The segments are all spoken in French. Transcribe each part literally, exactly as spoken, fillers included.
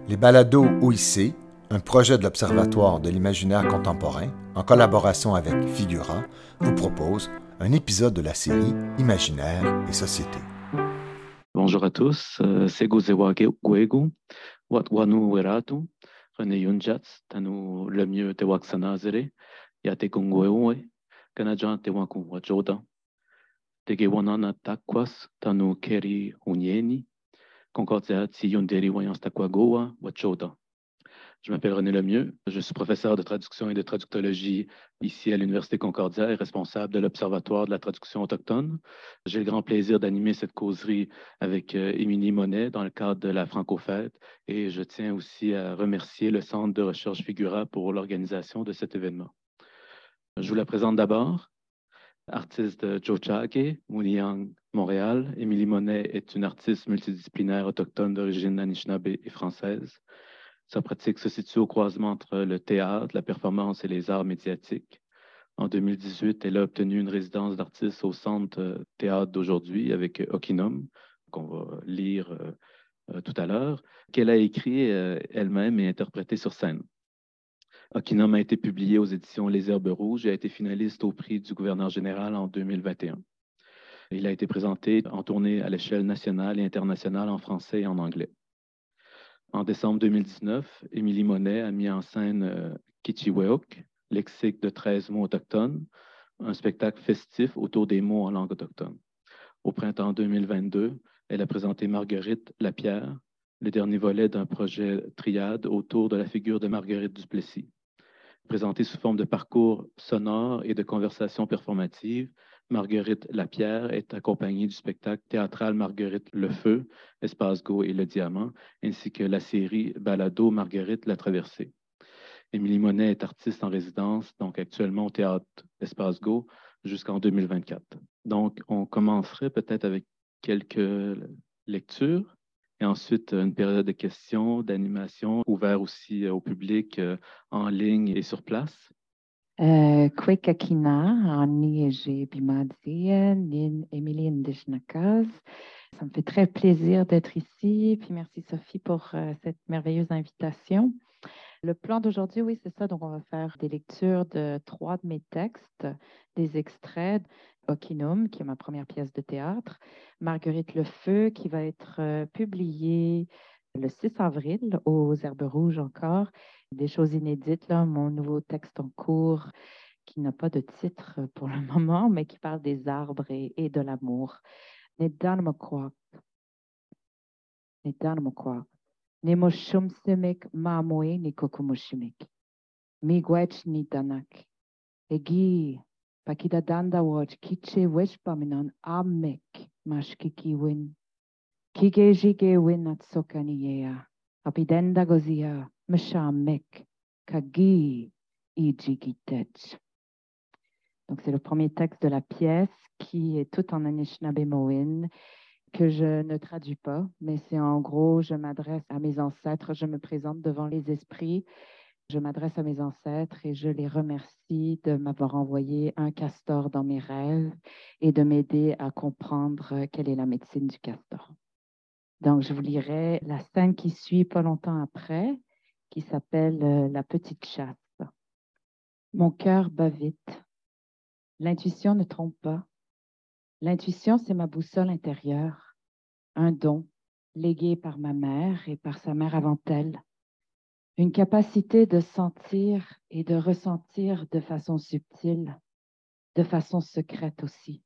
Les balados O I C, un projet de l'Observatoire de l'imaginaire contemporain, en collaboration avec Figura, vous propose un épisode de la série Imaginaire et Société. Bonjour à tous, euh, Sego Zewa Gwegu, Wat Wanu Weratu, René Yunjats, Tanu le mieux te Waxanazere, Yate Kungwewe, Kanajan te Waku Wajoda, Tege Wanana Takwas, Tanu Keri Unieni, Concordia Tsiyunderi Wayans Takwagoa, Wachoda. Je m'appelle René Lemieux, je suis professeur de traduction et de traductologie ici à l'Université Concordia et responsable de l'Observatoire de la traduction autochtone. J'ai le grand plaisir d'animer cette causerie avec euh, Émilie Monet dans le cadre de la Franco-Fête et je tiens aussi à remercier le Centre de recherche Figura pour l'organisation de cet événement. Je vous la présente d'abord. Artiste de Tiohtià:ke, Mouniang, Montréal, Émilie Monet est une artiste multidisciplinaire autochtone d'origine anishinaabe et française. Sa pratique se situe au croisement entre le théâtre, la performance et les arts médiatiques. En deux mille dix-huit, elle a obtenu une résidence d'artiste au Centre Théâtre d'aujourd'hui avec Okinum, qu'on va lire euh, tout à l'heure, qu'elle a écrit euh, elle-même et interprété sur scène. Okinum a été publié aux éditions Les Herbes Rouges et a été finaliste au prix du gouverneur général en deux mille vingt et un. Il a été présenté en tournée à l'échelle nationale et internationale en français et en anglais. En décembre deux mille dix-neuf, Émilie Monet a mis en scène euh, Kichiweok, lexique de treize mots autochtones, un spectacle festif autour des mots en langue autochtone. Au printemps deux mille vingt-deux, elle a présenté Marguerite Lapierre, le dernier volet d'un projet triade autour de la figure de Marguerite Duplessis. Présentée sous forme de parcours sonore et de conversation performative, Marguerite Lapierre est accompagnée du spectacle théâtral Marguerite Le Feu, Espace Go et Le Diamant, ainsi que la série Balado Marguerite la Traversée. Émilie Monet est artiste en résidence, donc actuellement au théâtre Espace Go jusqu'en deux mille vingt-quatre. Donc, on commencerait peut-être avec quelques lectures. Et ensuite, une période de questions, d'animation, ouvert aussi au public euh, en ligne et sur place. Kwekakina, Annie et j'ai Bimadzi, Nin Émilie Ndishnakaz. Ça me fait très plaisir d'être ici. Puis merci Sophie pour euh, cette merveilleuse invitation. Le plan d'aujourd'hui, oui, c'est ça. Donc, on va faire des lectures de trois de mes textes, des extraits. Okinum, qui est ma première pièce de théâtre. Marguerite Le Feu, qui va être euh, publiée le six avril aux Herbes Rouges encore. Des choses inédites, là, mon nouveau texte en cours qui n'a pas de titre pour le moment, mais qui parle des arbres et, et de l'amour. Nedanmokwak. Nedanmokwak. Nemoshumsimik mamoe nikokumushimik. Migwech ni danak. Egi pakida danda waj kiche weshpaminan amek mashkiki win. Kige jige win at sokaniea. Apidenda gozia meshamek kagi ijigitech. Donc, c'est le premier texte de la pièce qui est tout en Anishinaabe-Mowin, que je ne traduis pas, mais c'est en gros, je m'adresse à mes ancêtres, je me présente devant les esprits, je m'adresse à mes ancêtres et je les remercie de m'avoir envoyé un castor dans mes rêves et de m'aider à comprendre quelle est la médecine du castor. Donc, je vous lirai la scène qui suit pas longtemps après, qui s'appelle La petite chasse. Mon cœur bat vite. L'intuition ne trompe pas. L'intuition, c'est ma boussole intérieure, un don légué par ma mère et par sa mère avant elle, une capacité de sentir et de ressentir de façon subtile, de façon secrète aussi.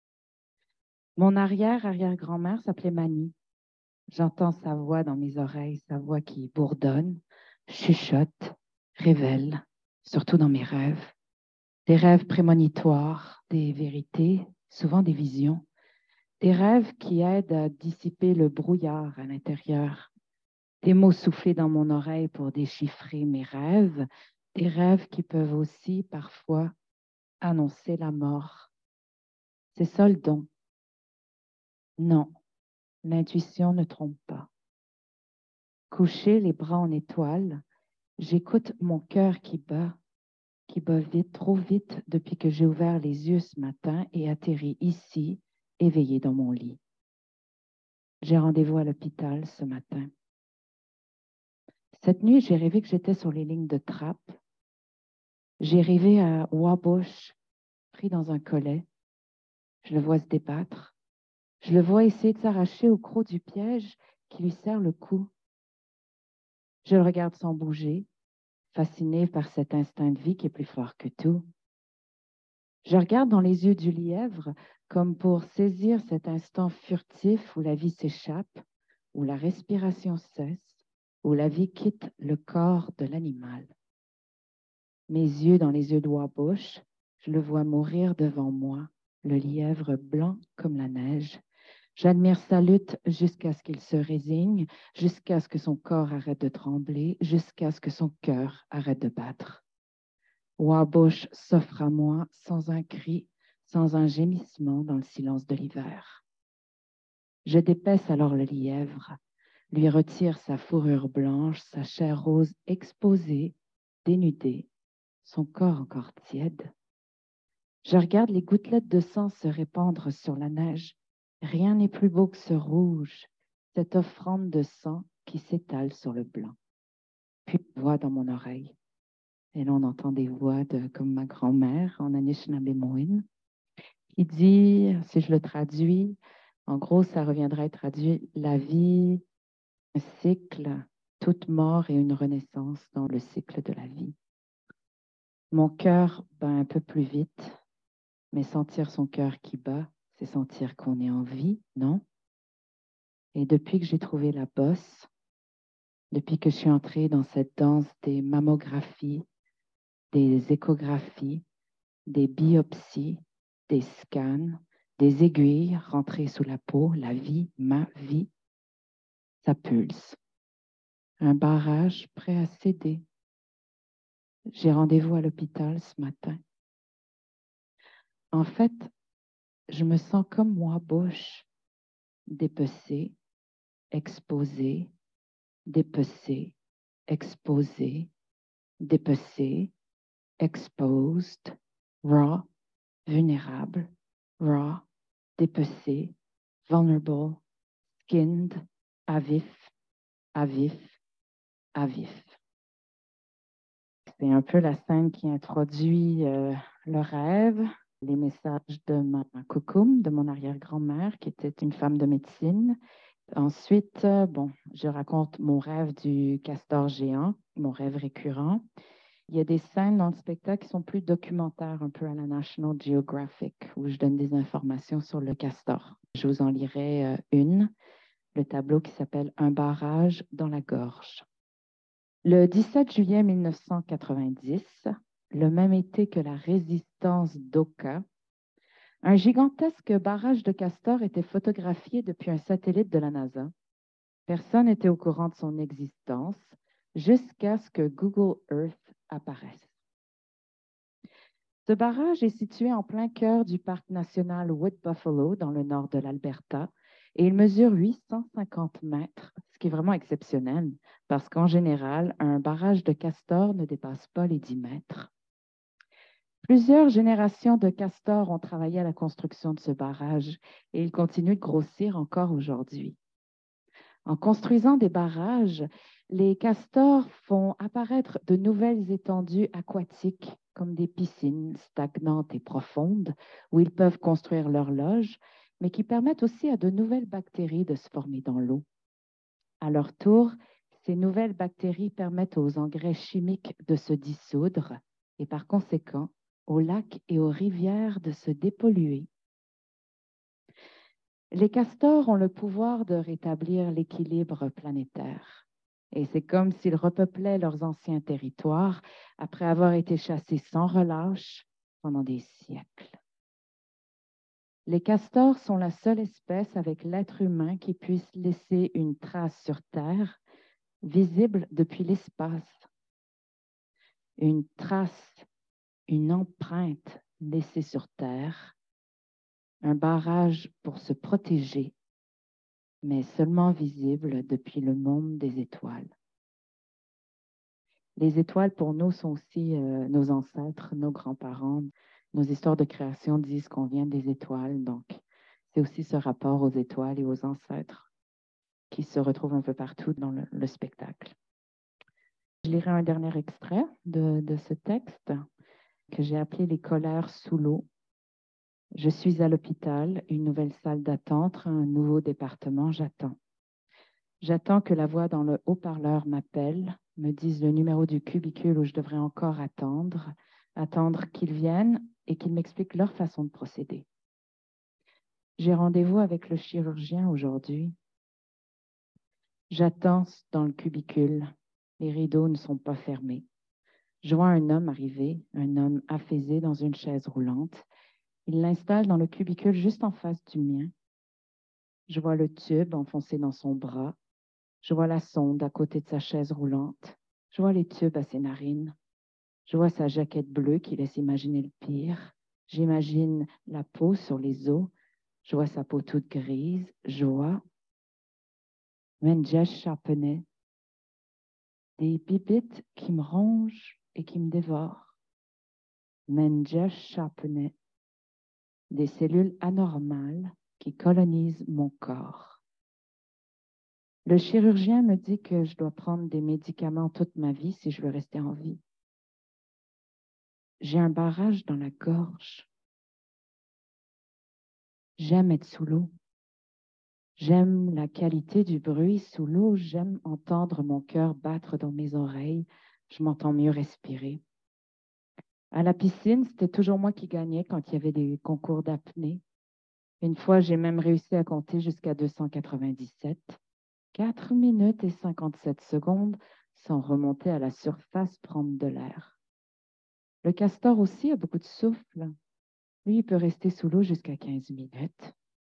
Mon arrière-arrière-grand-mère s'appelait Manie. J'entends sa voix dans mes oreilles, sa voix qui bourdonne, chuchote, révèle, surtout dans mes rêves. Des rêves prémonitoires, des vérités, souvent des visions, des rêves qui aident à dissiper le brouillard à l'intérieur, des mots soufflés dans mon oreille pour déchiffrer mes rêves, des rêves qui peuvent aussi parfois annoncer la mort. C'est ça le don. Non, l'intuition ne trompe pas. Couché les bras en étoile, j'écoute mon cœur qui bat, qui bat vite, trop vite depuis que j'ai ouvert les yeux ce matin et atterri ici, éveillé dans mon lit. J'ai rendez-vous à l'hôpital ce matin. Cette nuit, j'ai rêvé que j'étais sur les lignes de trappe. J'ai rêvé à Wabush, pris dans un collet. Je le vois se débattre. Je le vois essayer de s'arracher au croc du piège qui lui serre le cou. Je le regarde sans bouger, fasciné par cet instinct de vie qui est plus fort que tout. Je regarde dans les yeux du lièvre comme pour saisir cet instant furtif où la vie s'échappe, où la respiration cesse, où la vie quitte le corps de l'animal. Mes yeux dans les yeux de Wabush, je le vois mourir devant moi, le lièvre blanc comme la neige. J'admire sa lutte jusqu'à ce qu'il se résigne, jusqu'à ce que son corps arrête de trembler, jusqu'à ce que son cœur arrête de battre. Wabush s'offre à moi sans un cri, sans un gémissement dans le silence de l'hiver. Je dépaisse alors le lièvre, lui retire sa fourrure blanche, sa chair rose exposée, dénudée, son corps encore tiède. Je regarde les gouttelettes de sang se répandre sur la neige. Rien n'est plus beau que ce rouge, cette offrande de sang qui s'étale sur le blanc. Puis une voix dans mon oreille. Et là, on entend des voix de, comme ma grand-mère en Anishinaabe-Moin, qui dit, si je le traduis, en gros, ça reviendrait traduit la vie, un cycle, toute mort et une renaissance dans le cycle de la vie. Mon cœur bat un peu plus vite, mais sentir son cœur qui bat, c'est sentir qu'on est en vie, non? Et depuis que j'ai trouvé la bosse, depuis que je suis entrée dans cette danse des mammographies, des échographies, des biopsies, des scans, des aiguilles rentrées sous la peau, la vie, ma vie, ça pulse. Un barrage prêt à céder. J'ai rendez-vous à l'hôpital ce matin. En fait, je me sens comme moi, Wabush, dépecée, exposée, dépecée, exposée, dépecée, exposed, raw, vulnérable, raw, dépecé, vulnerable, skinned, à vif, à vif, à vif. C'est un peu la scène qui introduit euh, le rêve, les messages de ma coucoum, de mon arrière-grand-mère, qui était une femme de médecine. Ensuite, euh, bon, je raconte mon rêve du castor géant, mon rêve récurrent. Il y a des scènes dans le spectacle qui sont plus documentaires, un peu à la National Geographic, où je donne des informations sur le castor. Je vous en lirai euh, une, le tableau qui s'appelle « Un barrage dans la gorge ». Le dix-sept juillet mille neuf cent quatre-vingt-dix, le même été que la résistance d'Oka, un gigantesque barrage de castor était photographié depuis un satellite de la NASA. Personne n'était au courant de son existence jusqu'à ce que Google Earth apparaisse. Ce barrage est situé en plein cœur du parc national Wood Buffalo, dans le nord de l'Alberta, et il mesure huit cent cinquante mètres, ce qui est vraiment exceptionnel, parce qu'en général, un barrage de castors ne dépasse pas les dix mètres. Plusieurs générations de castors ont travaillé à la construction de ce barrage, et il continue de grossir encore aujourd'hui. En construisant des barrages, les castors font apparaître de nouvelles étendues aquatiques, comme des piscines stagnantes et profondes, où ils peuvent construire leurs loges, mais qui permettent aussi à de nouvelles bactéries de se former dans l'eau. À leur tour, ces nouvelles bactéries permettent aux engrais chimiques de se dissoudre et par conséquent aux lacs et aux rivières de se dépolluer. Les castors ont le pouvoir de rétablir l'équilibre planétaire. Et c'est comme s'ils repeuplaient leurs anciens territoires après avoir été chassés sans relâche pendant des siècles. Les castors sont la seule espèce avec l'être humain qui puisse laisser une trace sur Terre visible depuis l'espace. Une trace, une empreinte laissée sur Terre, un barrage pour se protéger, mais seulement visible depuis le monde des étoiles. Les étoiles, pour nous, sont aussi euh, nos ancêtres, nos grands-parents. Nos histoires de création disent qu'on vient des étoiles, donc c'est aussi ce rapport aux étoiles et aux ancêtres qui se retrouve un peu partout dans le, le spectacle. Je lirai un dernier extrait de, de ce texte que j'ai appelé « Les colères sous l'eau ». Je suis à l'hôpital, une nouvelle salle d'attente, un nouveau département, j'attends. J'attends que la voix dans le haut-parleur m'appelle, me dise le numéro du cubicule où je devrais encore attendre, attendre qu'ils viennent et qu'ils m'expliquent leur façon de procéder. J'ai rendez-vous avec le chirurgien aujourd'hui. J'attends dans le cubicule. Les rideaux ne sont pas fermés. Je vois un homme arriver, un homme affaissé dans une chaise roulante. Il l'installe dans le cubicule juste en face du mien. Je vois le tube enfoncé dans son bras. Je vois la sonde à côté de sa chaise roulante. Je vois les tubes à ses narines. Je vois sa jaquette bleue qui laisse imaginer le pire. J'imagine la peau sur les os. Je vois sa peau toute grise. Je vois Menjesh Charpenay, des bibites qui me rongent et qui me dévorent. Menjesh Charpenay, des cellules anormales qui colonisent mon corps. Le chirurgien me dit que je dois prendre des médicaments toute ma vie si je veux rester en vie. J'ai un barrage dans la gorge. J'aime être sous l'eau. J'aime la qualité du bruit sous l'eau. J'aime entendre mon cœur battre dans mes oreilles. Je m'entends mieux respirer. À la piscine, c'était toujours moi qui gagnais quand il y avait des concours d'apnée. Une fois, j'ai même réussi à compter jusqu'à deux cent quatre-vingt-dix-sept. quatre minutes et cinquante-sept secondes sans remonter à la surface prendre de l'air. Le castor aussi a beaucoup de souffle. Lui, il peut rester sous l'eau jusqu'à quinze minutes.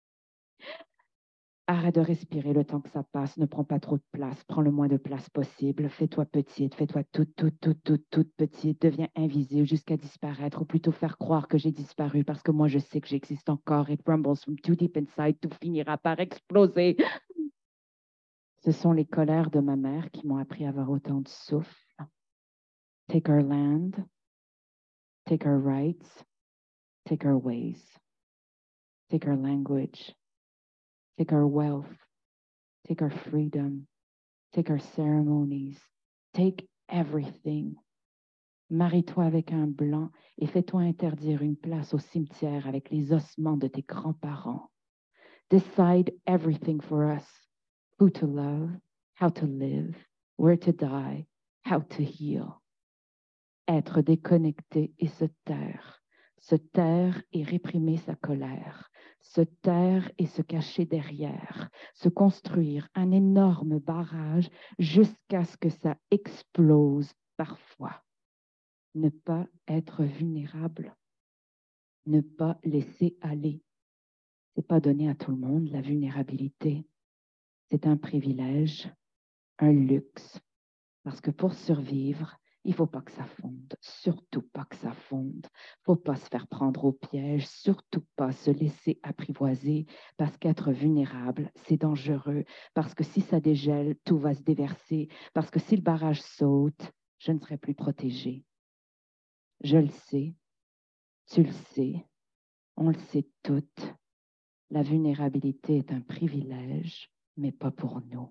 Arrête de respirer le temps que ça passe. Ne prends pas trop de place. Prends le moins de place possible. Fais-toi petite. Fais-toi toute, toute, toute, toute, toute petite. Deviens invisible jusqu'à disparaître, ou plutôt faire croire que j'ai disparu parce que moi, je sais que j'existe encore. It rumbles from too deep inside. Tout finira par exploser. Ce sont les colères de ma mère qui m'ont appris à avoir autant de souffle. Take our land. Take our rights. Take our ways. Take our language. Take our wealth. Take our freedom. Take our ceremonies. Take everything. Marie-toi avec un blanc et fais-toi interdire une place au cimetière avec les ossements de tes grands-parents. Decide everything for us. Who to love, how to live, where to die, how to heal. Être déconnecté et se taire. Se taire et réprimer sa colère. Se taire et se cacher derrière. Se construire un énorme barrage jusqu'à ce que ça explose parfois. Ne pas être vulnérable. Ne pas laisser aller. Ce n'est pas donné à tout le monde, la vulnérabilité. C'est un privilège, un luxe. Parce que pour survivre, il ne faut pas que ça fonde, surtout pas que ça fonde. Il ne faut pas se faire prendre au piège, surtout pas se laisser apprivoiser, parce qu'être vulnérable, c'est dangereux, parce que si ça dégèle, tout va se déverser, parce que si le barrage saute, je ne serai plus protégée. Je le sais, tu le sais, on le sait toutes. La vulnérabilité est un privilège, mais pas pour nous.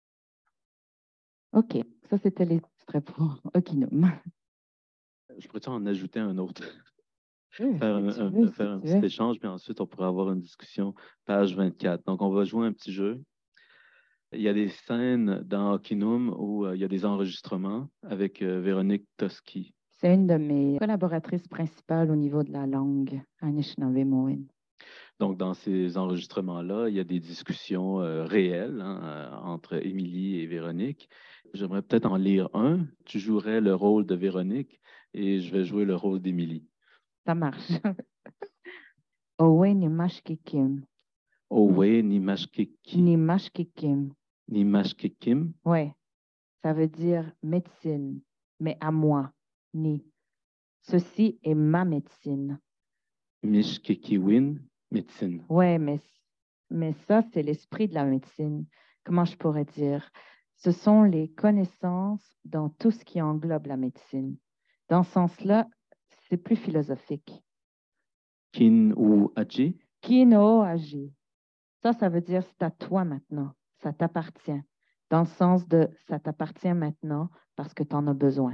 OK, ça c'était l'extrait pour Okinum. Je pourrais en ajouter un autre? Oui, faire un, si un- veux, faire si un tu petit veux. échange, puis ensuite on pourrait avoir une discussion, page vingt-quatre. Donc, on va jouer un petit jeu. Il y a des scènes dans Okinum où euh, il y a des enregistrements avec euh, Véronique Toski. C'est une de mes collaboratrices principales au niveau de la langue, Anishinaabe-Moin. Donc, dans ces enregistrements-là, il y a des discussions euh, réelles hein, euh, entre Émilie et Véronique. J'aimerais peut-être en lire un. Tu jouerais le rôle de Véronique et je vais jouer le rôle d'Émilie. Ça marche. Owe ni mashkikim. Owe ni mashkiki. Ni mashkikim. Ni mashkikim. Ouais, ça veut dire médecine, mais à moi, ni. Ceci est ma médecine. Mishkikiwin, médecine. Ouais, mais, mais ça, c'est l'esprit de la médecine. Comment je pourrais dire? Ce sont les connaissances dans tout ce qui englobe la médecine. Dans ce sens-là, c'est plus philosophique. Kin ou aji. Kino agi. Ça, ça veut dire c'est à toi maintenant. Ça t'appartient. dans le sens de ça t'appartient maintenant parce que tu en as besoin.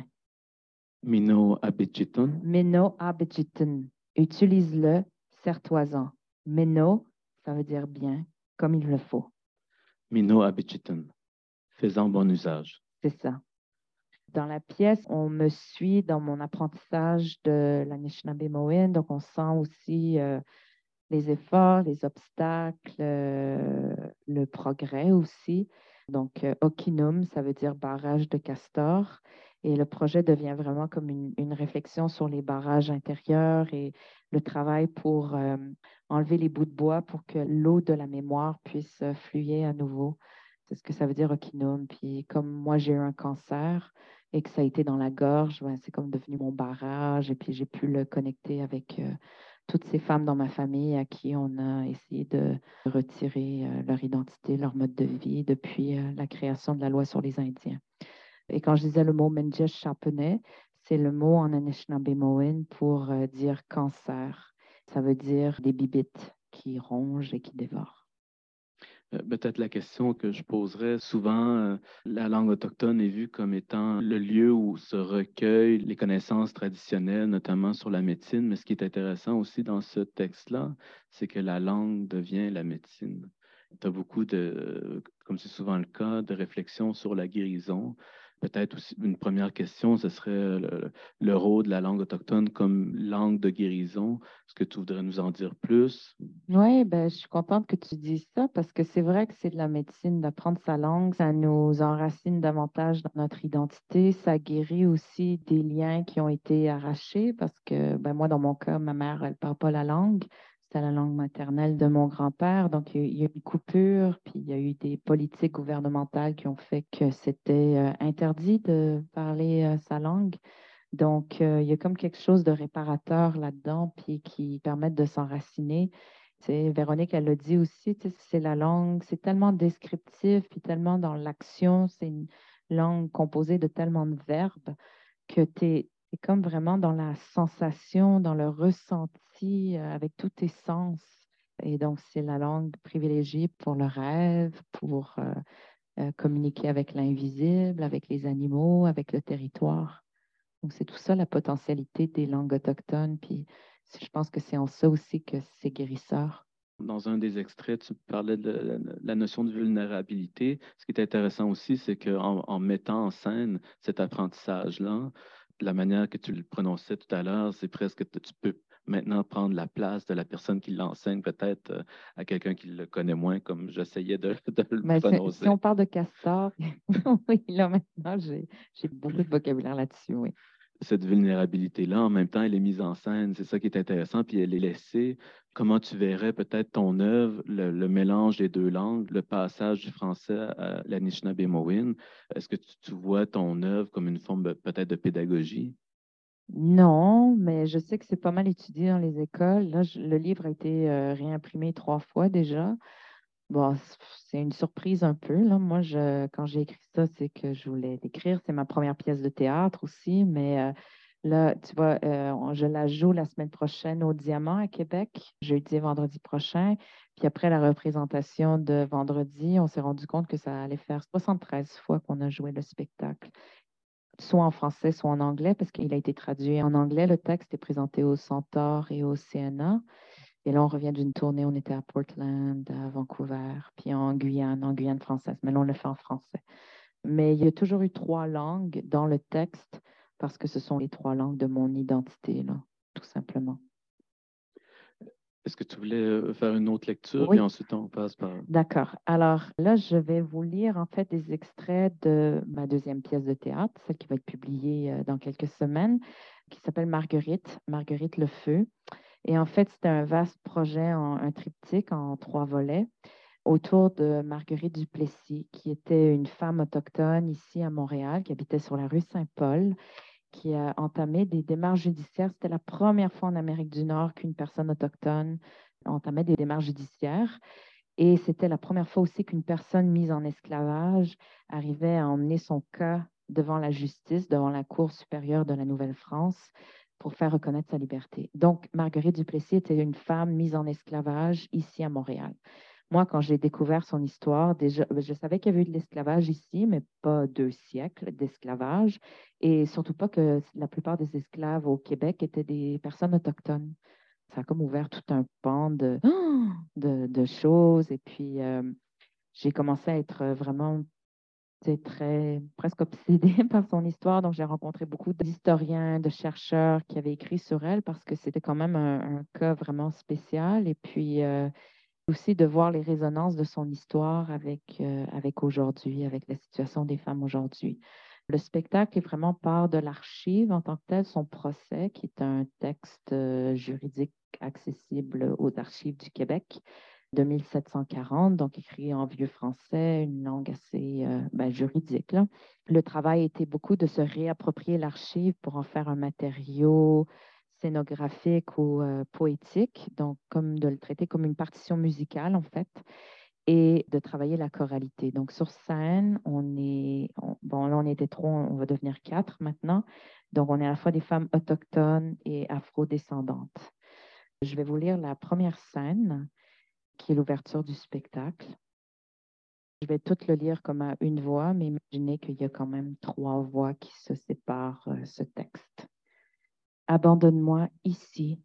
Mino abitchiton. Meno abitchiton. Utilise-le, sers-toi-en. Meno, ça veut dire bien, comme il le faut. Mino abitchiton. Faisant bon usage. C'est ça. Dans la pièce, on me suit dans mon apprentissage de l'Anishinaabe-Mohin, donc on sent aussi euh, les efforts, les obstacles, euh, le progrès aussi. Donc, euh, Okinum, ça veut dire barrage de castor. Et le projet devient vraiment comme une, une réflexion sur les barrages intérieurs et le travail pour euh, enlever les bouts de bois pour que l'eau de la mémoire puisse euh, fluer à nouveau. C'est ce que ça veut dire Okinum. Puis, comme moi, j'ai eu un cancer et que ça a été dans la gorge, ben, c'est comme devenu mon barrage. Et puis, j'ai pu le connecter avec euh, toutes ces femmes dans ma famille à qui on a essayé de retirer euh, leur identité, leur mode de vie depuis euh, la création de la loi sur les Indiens. Et quand je disais le mot Menjesh Chapenais, c'est le mot en Anishinaabe-Mohin pour euh, dire cancer. Ça veut dire des bibites qui rongent et qui dévorent. Euh, Peut-être la question que je poserais souvent, euh, la langue autochtone est vue comme étant le lieu où se recueillent les connaissances traditionnelles, notamment sur la médecine. Mais ce qui est intéressant aussi dans ce texte-là, c'est que la langue devient la médecine. Tu as beaucoup de, comme c'est souvent le cas, de réflexions sur la guérison. Peut-être aussi une première question, ce serait le, le rôle de la langue autochtone comme langue de guérison. Est-ce que tu voudrais nous en dire plus? Oui, ben, je suis contente que tu dises ça parce que c'est vrai que c'est de la médecine d'apprendre sa langue. Ça nous enracine davantage dans notre identité. Ça guérit aussi des liens qui ont été arrachés parce que ben, moi, dans mon cas, ma mère, elle ne parle pas la langue. C'était la langue maternelle de mon grand-père. Donc, il y a eu- il y a eu une coupure, puis il y a eu des politiques gouvernementales qui ont fait que c'était euh, interdit de parler euh, sa langue. Donc, euh, il y a comme quelque chose de réparateur là-dedans, puis qui permet de s'enraciner. Tu sais, Véronique, elle l'a dit aussi, tu sais, c'est la langue, c'est tellement descriptif, puis tellement dans l'action, c'est une langue composée de tellement de verbes que tu es, comme vraiment dans la sensation, dans le ressenti, euh, avec tous tes sens. Et donc, c'est la langue privilégiée pour le rêve, pour euh, euh, communiquer avec l'invisible, avec les animaux, avec le territoire. Donc, c'est tout ça la potentialité des langues autochtones. Puis, je pense que c'est en ça aussi que c'est guérisseur. Dans un des extraits, tu parlais de la, la notion de vulnérabilité. Ce qui est intéressant aussi, c'est qu'en en mettant en scène cet apprentissage-là, la manière que tu le prononçais tout à l'heure, c'est presque que tu peux maintenant prendre la place de la personne qui l'enseigne, peut-être euh, à quelqu'un qui le connaît moins, comme j'essayais de, de le Mais c'est- si prononcer. on parle de castor, oui, là maintenant, j'ai j'ai beaucoup de vocabulaire là-dessus, oui. Cette vulnérabilité-là, en même temps, elle est mise en scène. C'est ça qui est intéressant. Puis elle est laissée. Comment tu verrais peut-être ton œuvre, le, le mélange des deux langues, le passage du français à l'Anishinaabe-Mohin? Est-ce que tu, tu vois ton œuvre comme une forme de- peut-être de pédagogie? Non, mais je sais que c'est pas mal étudié dans les écoles. Là, je- le livre a été euh, réimprimé trois fois déjà. Bon, c- c'est une surprise un peu, là. Moi, je, quand j'ai écrit ça, c'est que je voulais l'écrire. C'est ma première pièce de théâtre aussi, mais euh, là, tu vois, euh, on- je la joue la semaine prochaine au Diamant à Québec, jeudi et vendredi prochain. Puis après la représentation de vendredi, on s'est rendu compte que ça allait faire soixante-treize fois qu'on a joué le spectacle, soit en français, soit en anglais, parce qu'il a été traduit en anglais. Le texte est présenté au Centaure et au C N A. Et là, on revient d'une tournée, on était à Portland, à Vancouver, puis en Guyane, en Guyane française. Mais là, on le fait en français. Mais il y a toujours eu trois langues dans le texte parce que ce sont les trois langues de mon identité, là, tout simplement. Est-ce que tu voulais euh, faire une autre lecture, puis Oui, ensuite on passe par... d'accord. Alors là, je vais vous lire en fait des extraits de ma deuxième pièce de théâtre, celle qui va être publiée euh, dans quelques semaines, qui s'appelle Marguerite, Marguerite le Feu. Et en fait, c'était un vaste projet, en, un triptyque en trois volets autour de Marguerite Duplessis, qui était une femme autochtone ici à Montréal, qui habitait sur la rue Saint-Paul, qui a entamé des démarches judiciaires. C'était la première fois en Amérique du Nord qu'une personne autochtone entamait des démarches judiciaires. Et c'était la première fois aussi qu'une personne mise en esclavage arrivait à emmener son cas devant la justice, devant la Cour supérieure de la Nouvelle-France, pour faire reconnaître sa liberté. Donc, Marguerite Duplessis était une femme mise en esclavage ici à Montréal. Moi, quand j'ai découvert son histoire, déjà, je savais qu'il y avait eu de l'esclavage ici, mais pas deux siècles d'esclavage. Et surtout pas que la plupart des esclaves au Québec étaient des personnes autochtones. Ça a comme ouvert tout un pan de, de, de choses. Et puis, euh, j'ai commencé à être vraiment c'est très presque obsédée par son histoire. Donc, j'ai rencontré beaucoup d'historiens, de chercheurs qui avaient écrit sur elle parce que c'était quand même un, un cas vraiment spécial. Et puis euh, aussi de voir les résonances de son histoire avec, euh, avec aujourd'hui, avec la situation des femmes aujourd'hui. Le spectacle est vraiment part de l'archive en tant que tel, son procès, qui est un texte euh, juridique accessible aux archives du Québec de mille sept cent quarante, donc écrit en vieux français, une langue assez euh, ben, juridique, là. Le travail était beaucoup de se réapproprier l'archive pour en faire un matériau scénographique ou euh, poétique, donc comme de le traiter comme une partition musicale en fait, et de travailler la choralité. Donc sur scène, on est, on- bon là on était trois, on va devenir quatre maintenant, donc on est à la fois des femmes autochtones et afro-descendantes. Je vais vous lire la première scène, qui est l'ouverture du spectacle. Je vais tout le lire comme à une voix, mais imaginez qu'il y a quand même trois voix qui se séparent euh, ce texte. Abandonne-moi ici,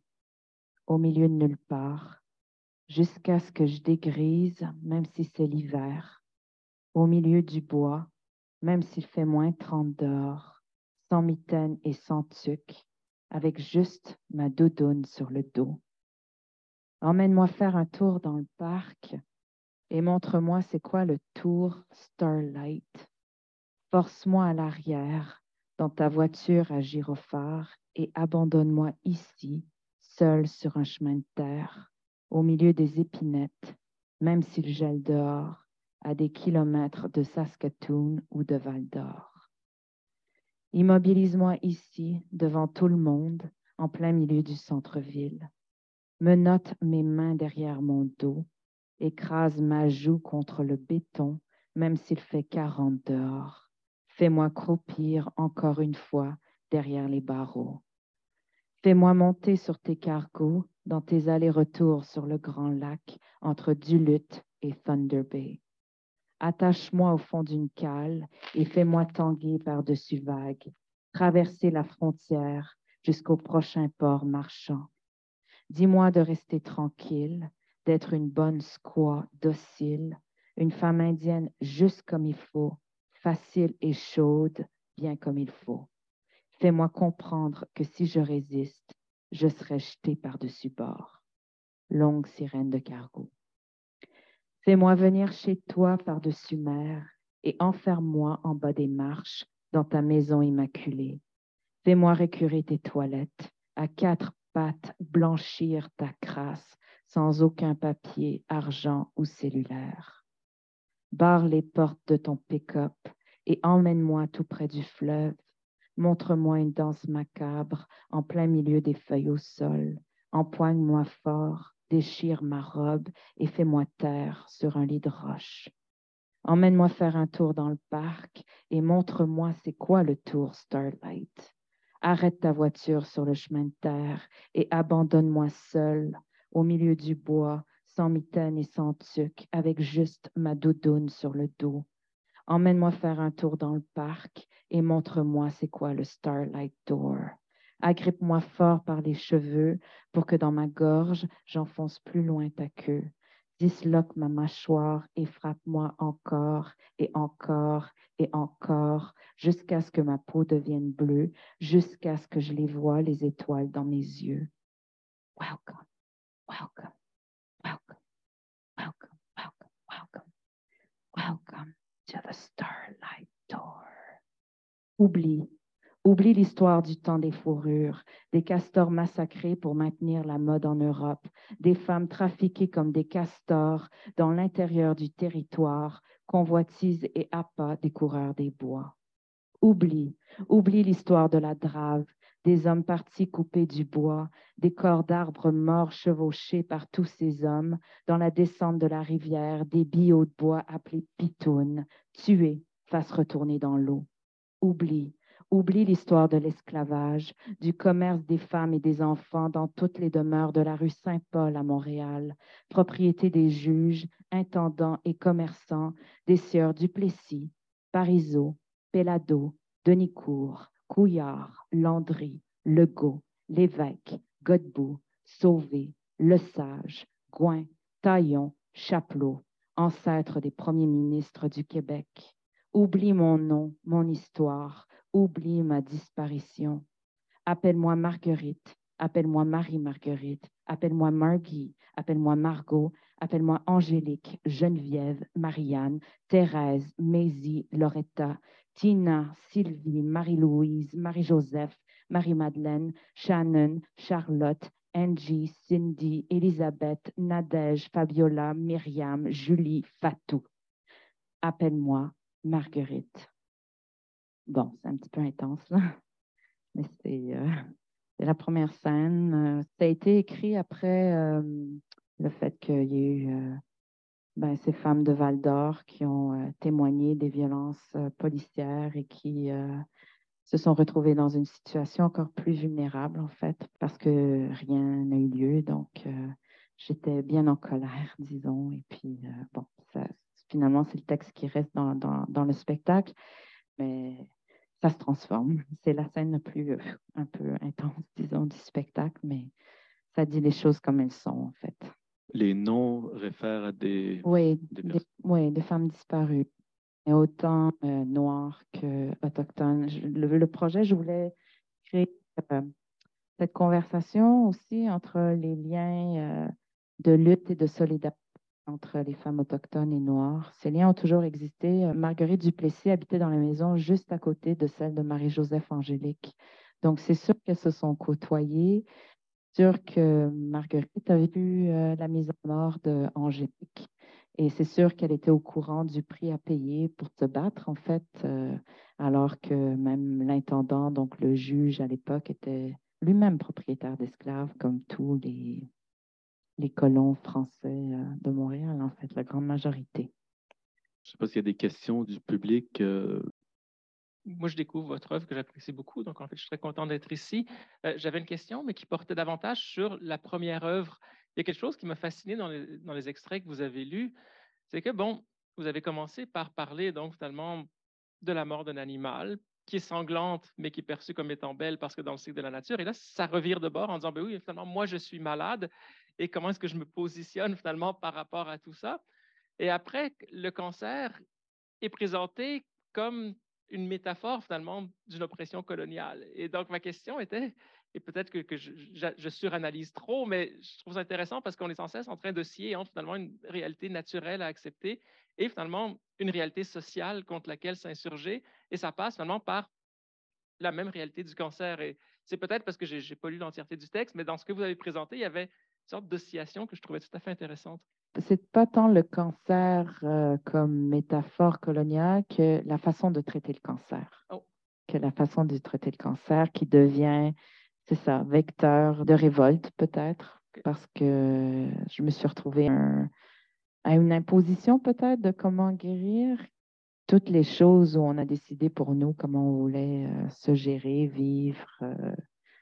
au milieu de nulle part, jusqu'à ce que je dégrise, même si c'est l'hiver, au milieu du bois, même s'il fait moins trente dehors, sans mitaine et sans tuque, avec juste ma doudoune sur le dos. Emmène-moi faire un tour dans le parc et montre-moi c'est quoi le tour Starlight. Force-moi à l'arrière dans ta voiture à gyrophare et abandonne-moi ici, seul sur un chemin de terre, au milieu des épinettes, même s'il gèle dehors, à des kilomètres de Saskatoon ou de Val-d'Or. Immobilise-moi ici, devant tout le monde, en plein milieu du centre-ville. Menotte mes mains derrière mon dos, écrase ma joue contre le béton, même s'il fait quarante dehors. Fais-moi croupir encore une fois derrière les barreaux. Fais-moi monter sur tes cargos dans tes allers-retours sur le grand lac entre Duluth et Thunder Bay. Attache-moi au fond d'une cale et fais-moi tanguer par-dessus vagues, traverser la frontière jusqu'au prochain port marchand. Dis-moi de rester tranquille, d'être une bonne squaw docile, une femme indienne juste comme il faut, facile et chaude, bien comme il faut. Fais-moi comprendre que si je résiste, je serai jetée par-dessus bord. Longue sirène de cargo. Fais-moi venir chez toi par-dessus mer et enferme-moi en bas des marches dans ta maison immaculée. Fais-moi récurer tes toilettes, à quatre pattes blanchir ta crasse, sans aucun papier, argent ou cellulaire. Barre les portes de ton pick-up et emmène-moi tout près du fleuve. Montre-moi une danse macabre en plein milieu des feuilles au sol. Empoigne-moi fort, déchire ma robe et fais-moi taire sur un lit de roche. Emmène-moi faire un tour dans le parc et montre-moi c'est quoi le tour Starlight. Arrête ta voiture sur le chemin de terre et abandonne-moi seule au milieu du bois, sans mitaine et sans tuque, avec juste ma doudoune sur le dos. Emmène-moi faire un tour dans le parc et montre-moi c'est quoi le Starlight Door. Agrippe-moi fort par les cheveux pour que dans ma gorge, j'enfonce plus loin ta queue. Disloque ma mâchoire et frappe-moi encore et encore et encore jusqu'à ce que ma peau devienne bleue, jusqu'à ce que je les voie, les étoiles, dans mes yeux. Welcome, welcome, welcome, welcome, welcome, welcome, welcome to the Starlight Door. Oublie. Oublie l'histoire du temps des fourrures, des castors massacrés pour maintenir la mode en Europe, des femmes trafiquées comme des castors dans l'intérieur du territoire, convoitises et appâts des coureurs des bois. Oublie, oublie l'histoire de la drave, des hommes partis couper du bois, des corps d'arbres morts chevauchés par tous ces hommes dans la descente de la rivière, des billots de bois appelés pitounes, tués, face retournée dans l'eau. Oublie. Oublie l'histoire de l'esclavage, du commerce des femmes et des enfants dans toutes les demeures de la rue Saint-Paul à Montréal, propriété des juges, intendants et commerçants, des sieurs Duplessis, Parizeau, Pellado, Denicourt, Couillard, Landry, Legault, Lévesque, Godbout, Sauvé, Lesage, Gouin, Taillon, Chapelot, ancêtres des premiers ministres du Québec. Oublie mon nom, mon histoire, oublie ma disparition. Appelle-moi Marguerite, appelle-moi Marie-Marguerite, appelle-moi Margie, appelle-moi Margot, appelle-moi Angélique, Geneviève, Marianne, Thérèse, Maisie, Loretta, Tina, Sylvie, Marie-Louise, Marie-Joseph, Marie-Madeleine, Shannon, Charlotte, Angie, Cindy, Elisabeth, Nadège, Fabiola, Myriam, Julie, Fatou. Appelle-moi Marguerite. Bon, c'est un petit peu intense, là, mais c'est euh, c'est la première scène. Euh, ça a été écrit après euh, le fait qu'il y ait eu euh, ben, ces femmes de Val-d'Or qui ont euh, témoigné des violences euh, policières et qui euh, se sont retrouvées dans une situation encore plus vulnérable, en fait, parce que rien n'a eu lieu. Donc, euh, j'étais bien en colère, disons. Et puis, euh, bon, ça, finalement, c'est le texte qui reste dans, dans, dans le spectacle, mais ça se transforme. C'est la scène la plus euh, un peu intense, disons, du spectacle, mais ça dit les choses comme elles sont, en fait. Les noms réfèrent à des, Oui, des des, personnes. oui, des femmes disparues, et autant euh, noires qu'autochtones. Le, le projet, je voulais créer euh, cette conversation aussi entre les liens euh, de lutte et de solidarité entre les femmes autochtones et noires. Ces liens ont toujours existé. Euh, Marguerite Duplessis habitait dans la maison juste à côté de celle de Marie-Joseph Angélique. Donc, c'est sûr qu'elles se sont côtoyées. C'est sûr que Marguerite avait vu euh, la mise en mort d'Angélique. Et c'est sûr qu'elle était au courant du prix à payer pour se battre, en fait, euh, alors que même l'intendant, donc le juge à l'époque, était lui-même propriétaire d'esclaves, comme tous les, les colons français euh, de Montréal, en fait, la grande majorité. Je ne sais pas s'il y a des questions du public. euh, Moi, je découvre votre œuvre que j'apprécie beaucoup, donc en fait, je suis très content d'être ici. Euh, J'avais une question, mais qui portait davantage sur la première œuvre. Il y a quelque chose qui m'a fasciné dans les, dans les extraits que vous avez lus, c'est que, bon, vous avez commencé par parler, donc, finalement, de la mort d'un animal, qui est sanglante, mais qui est perçue comme étant belle parce que dans le cycle de la nature. Et là, ça revire de bord en disant, ben oui, finalement, moi, je suis malade, et comment est-ce que je me positionne, finalement, par rapport à tout ça? Et après, le cancer est présenté comme une métaphore finalement d'une oppression coloniale. Et donc ma question était, et peut-être que, que je, je, je, suranalyse trop, mais je trouve ça intéressant parce qu'on est sans cesse en train de scier entre finalement une réalité naturelle à accepter et finalement une réalité sociale contre laquelle s'insurger. Et ça passe finalement par la même réalité du cancer. Et c'est peut-être parce que je n'ai pas lu l'entièreté du texte, mais dans ce que vous avez présenté, il y avait une sorte d'oscillation que je trouvais tout à fait intéressante. C'est pas tant le cancer euh, comme métaphore coloniale que la façon de traiter le cancer. Oh. Que la façon de traiter le cancer qui devient, c'est ça, vecteur de révolte peut-être, okay. Parce que je me suis retrouvée un, à une imposition peut-être de comment guérir toutes les choses où on a décidé pour nous comment on voulait euh, se gérer, vivre euh,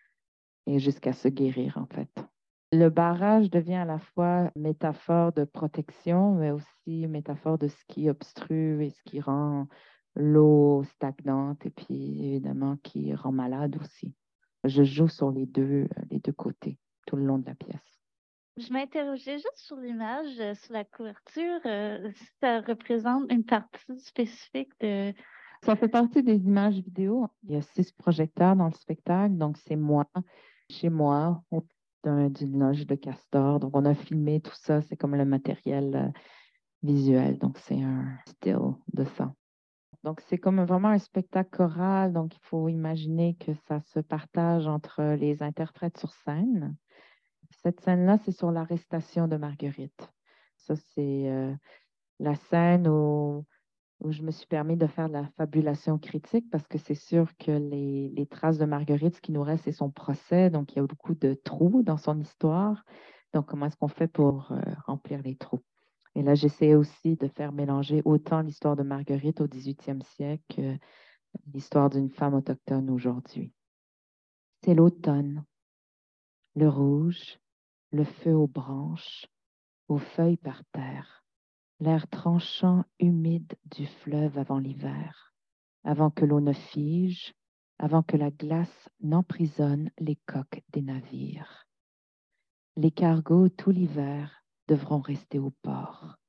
et jusqu'à se guérir en fait. Le barrage devient à la fois métaphore de protection, mais aussi métaphore de ce qui obstrue et ce qui rend l'eau stagnante et puis évidemment qui rend malade aussi. Je joue sur les deux, les deux côtés tout le long de la pièce. Je m'interrogeais juste sur l'image, euh, sur la couverture. Euh, si ça représente une partie spécifique de... Ça fait partie des images vidéo. Il y a six projecteurs dans le spectacle, donc c'est moi, chez moi, d'une loge de castor. Donc, on a filmé tout ça. C'est comme le matériel euh, visuel. Donc, c'est un still de ça. Donc, c'est comme vraiment un spectacle choral. Donc, il faut imaginer que ça se partage entre les interprètes sur scène. Cette scène-là, c'est sur l'arrestation de Marguerite. Ça, c'est euh, la scène où, où je me suis permis de faire de la fabulation critique parce que c'est sûr que les, les traces de Marguerite, ce qui nous reste, c'est son procès. Donc, il y a beaucoup de trous dans son histoire. Donc, comment est-ce qu'on fait pour euh, remplir les trous? Et là, j'essayais aussi de faire mélanger autant l'histoire de Marguerite au dix-huitième siècle que l'histoire d'une femme autochtone aujourd'hui. C'est l'automne, le rouge, le feu aux branches, aux feuilles par terre, l'air tranchant, humide du fleuve avant l'hiver, avant que l'eau ne fige, avant que la glace n'emprisonne les coques des navires. Les cargos tout l'hiver devront rester au port.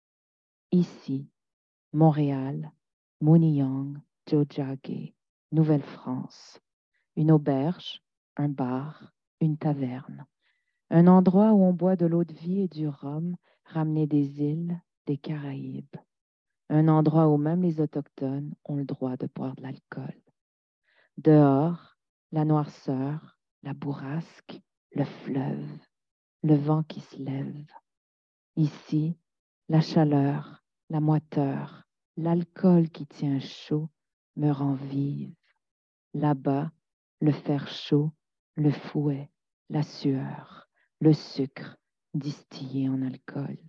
Ici, Montréal, Mouniyang, Tiohtià:ke, Nouvelle-France, une auberge, un bar, une taverne, un endroit où on boit de l'eau de vie et du rhum ramené des îles, des Caraïbes, un endroit où même les Autochtones ont le droit de boire de l'alcool. Dehors, la noirceur, la bourrasque, le fleuve, le vent qui se lève. Ici, la chaleur, la moiteur, l'alcool qui tient chaud me rend vive. Là-bas, le fer chaud, le fouet, la sueur, le sucre distillé en alcool.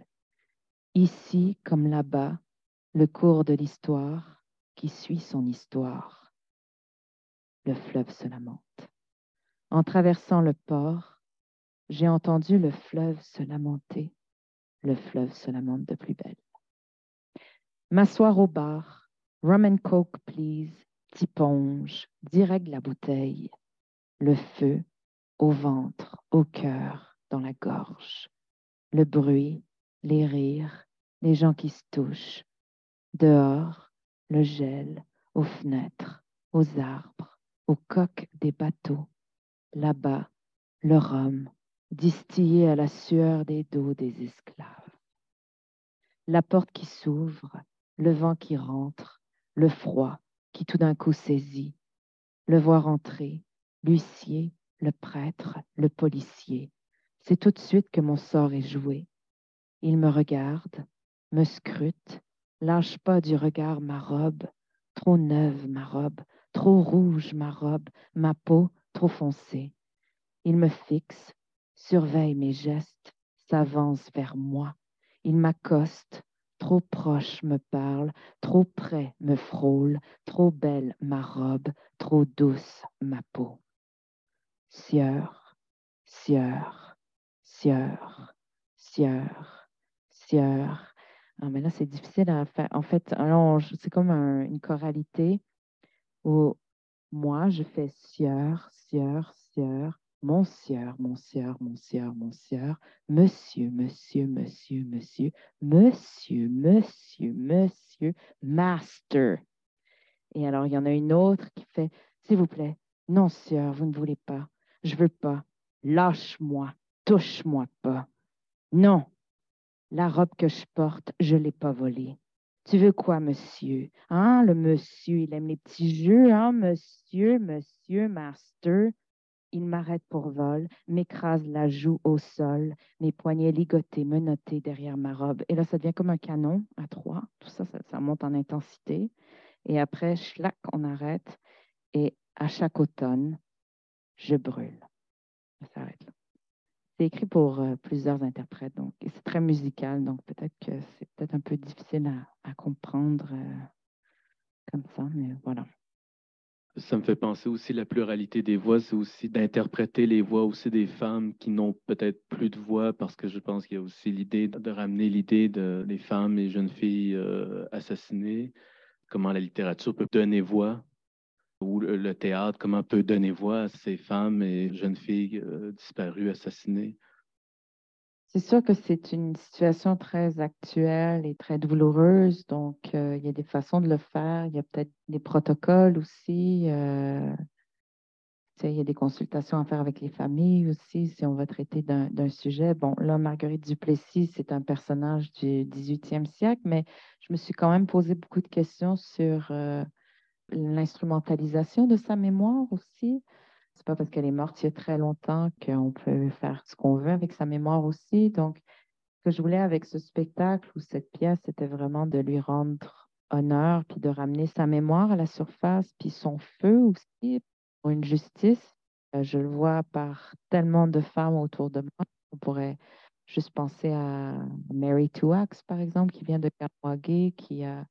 Ici, comme là-bas, le cours de l'histoire qui suit son histoire. Le fleuve se lamente. En traversant le port, j'ai entendu le fleuve se lamenter. Le fleuve se lamente de plus belle. M'asseoir au bar, rum and coke, please, tiponge, direct la bouteille. Le feu, au ventre, au cœur, dans la gorge. Le bruit, les rires, les gens qui se touchent. Dehors, le gel, aux fenêtres, aux arbres, aux coques des bateaux. Là-bas, le rhum, distillé à la sueur des dos des esclaves. La porte qui s'ouvre, le vent qui rentre, le froid qui tout d'un coup saisit. Le voir entrer, l'huissier, le prêtre, le policier. C'est tout de suite que mon sort est joué. Il me regarde, me scrute, lâche pas du regard ma robe, trop neuve ma robe, trop rouge ma robe, ma peau trop foncée. Il me fixe, surveille mes gestes, s'avance vers moi. Il m'accoste, trop proche me parle, trop près me frôle, trop belle ma robe, trop douce ma peau. Sieur, sieur, sieur, sieur, sieur. Ah, mais là, c'est difficile à faire. En fait, alors, c'est comme un- une choralité où moi, je fais sieur, sieur, sieur, mon sieur, mon sieur, mon sieur, mon sieur, monsieur, monsieur, monsieur, monsieur, monsieur, monsieur, monsieur, master. Et alors, il y en a une autre qui fait, s'il vous plaît, non, sieur, vous ne voulez pas, je veux pas, lâche-moi, touche-moi pas. Non, la robe que je porte, je ne l'ai pas volée. Tu veux quoi, monsieur? Hein, le monsieur, il aime les petits jeux, hein, monsieur, monsieur, master. Il m'arrête pour vol, m'écrase la joue au sol, mes poignets ligotés, menottés derrière ma robe. Et là, ça devient comme un canon à trois. Tout ça, ça, ça monte en intensité. Et après, schlac, on arrête. Et à chaque automne, je brûle. Ça s'arrête là. C'est écrit pour euh, plusieurs interprètes, donc, et c'est très musical, donc peut-être que c'est peut-être un peu difficile à, à comprendre euh, comme ça, mais voilà. Ça me fait penser aussi la pluralité des voix, c'est aussi d'interpréter les voix aussi des femmes qui n'ont peut-être plus de voix, parce que je pense qu'il y a aussi l'idée de ramener l'idée de, des femmes et jeunes filles euh, assassinées, comment la littérature peut donner voix, ou le, le théâtre, comment peut donner voix à ces femmes et jeunes filles euh, disparues, assassinées. C'est sûr que c'est une situation très actuelle et très douloureuse, donc euh, il y a des façons de le faire, il y a peut-être des protocoles aussi, euh, tu sais, il y a des consultations à faire avec les familles aussi si on va traiter d'un d'un sujet. Bon, là, Marguerite Duplessis, c'est un personnage du dix-huitième siècle, mais je me suis quand même posé beaucoup de questions sur euh, l'instrumentalisation de sa mémoire aussi. C'est pas parce qu'elle est morte il y a très longtemps qu'on peut faire ce qu'on veut avec sa mémoire aussi. Donc, ce que je voulais avec ce spectacle ou cette pièce, c'était vraiment de lui rendre honneur, puis de ramener sa mémoire à la surface, puis son feu aussi pour une justice. Euh, je le vois par tellement de femmes autour de moi. On pourrait juste penser à Mary Touax, par exemple, qui vient de Kapuagi, qui a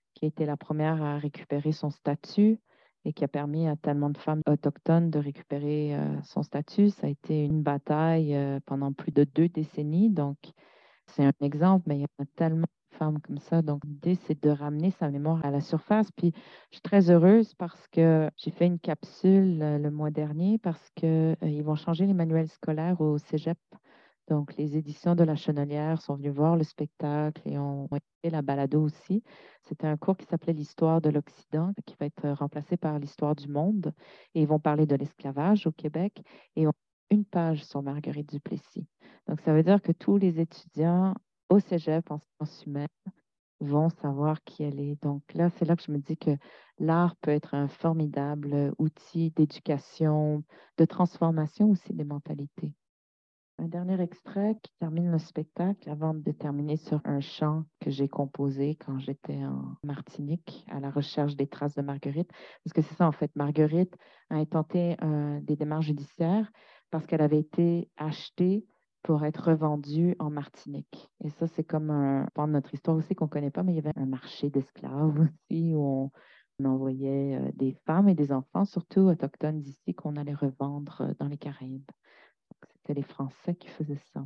qui a été la première à récupérer son statut et qui a permis à tellement de femmes autochtones de récupérer euh, son statut. Ça a été une bataille euh, pendant plus de deux décennies. Donc, c'est un exemple, mais il y a tellement de femmes comme ça. Donc, l'idée, c'est de ramener sa mémoire à la surface. Puis, je suis très heureuse parce que j'ai fait une capsule euh, le mois dernier parce qu'ils euh, vont changer les manuels scolaires au cégep. Donc, les éditions de La Chenelière sont venues voir le spectacle et ont ont écouté la balado aussi. C'était un cours qui s'appelait l'Histoire de l'Occident, qui va être remplacé par l'Histoire du monde. Et ils vont parler de l'esclavage au Québec et ont une page sur Marguerite Duplessis. Donc, ça veut dire que tous les étudiants au cégep en sciences humaines vont savoir qui elle est. Donc là, c'est là que je me dis que l'art peut être un formidable outil d'éducation, de transformation aussi des mentalités. Un dernier extrait qui termine le spectacle avant de terminer sur un chant que j'ai composé quand j'étais en Martinique à la recherche des traces de Marguerite. Parce que c'est ça, en fait, Marguerite a intenté euh, des démarches judiciaires parce qu'elle avait été achetée pour être revendue en Martinique. Et ça, c'est comme un pan de notre histoire aussi qu'on ne connaît pas, mais il y avait un marché d'esclaves aussi où on, on envoyait euh, des femmes et des enfants, surtout autochtones d'ici, qu'on allait revendre euh, dans les Caraïbes. C'était les Français qui faisaient ça.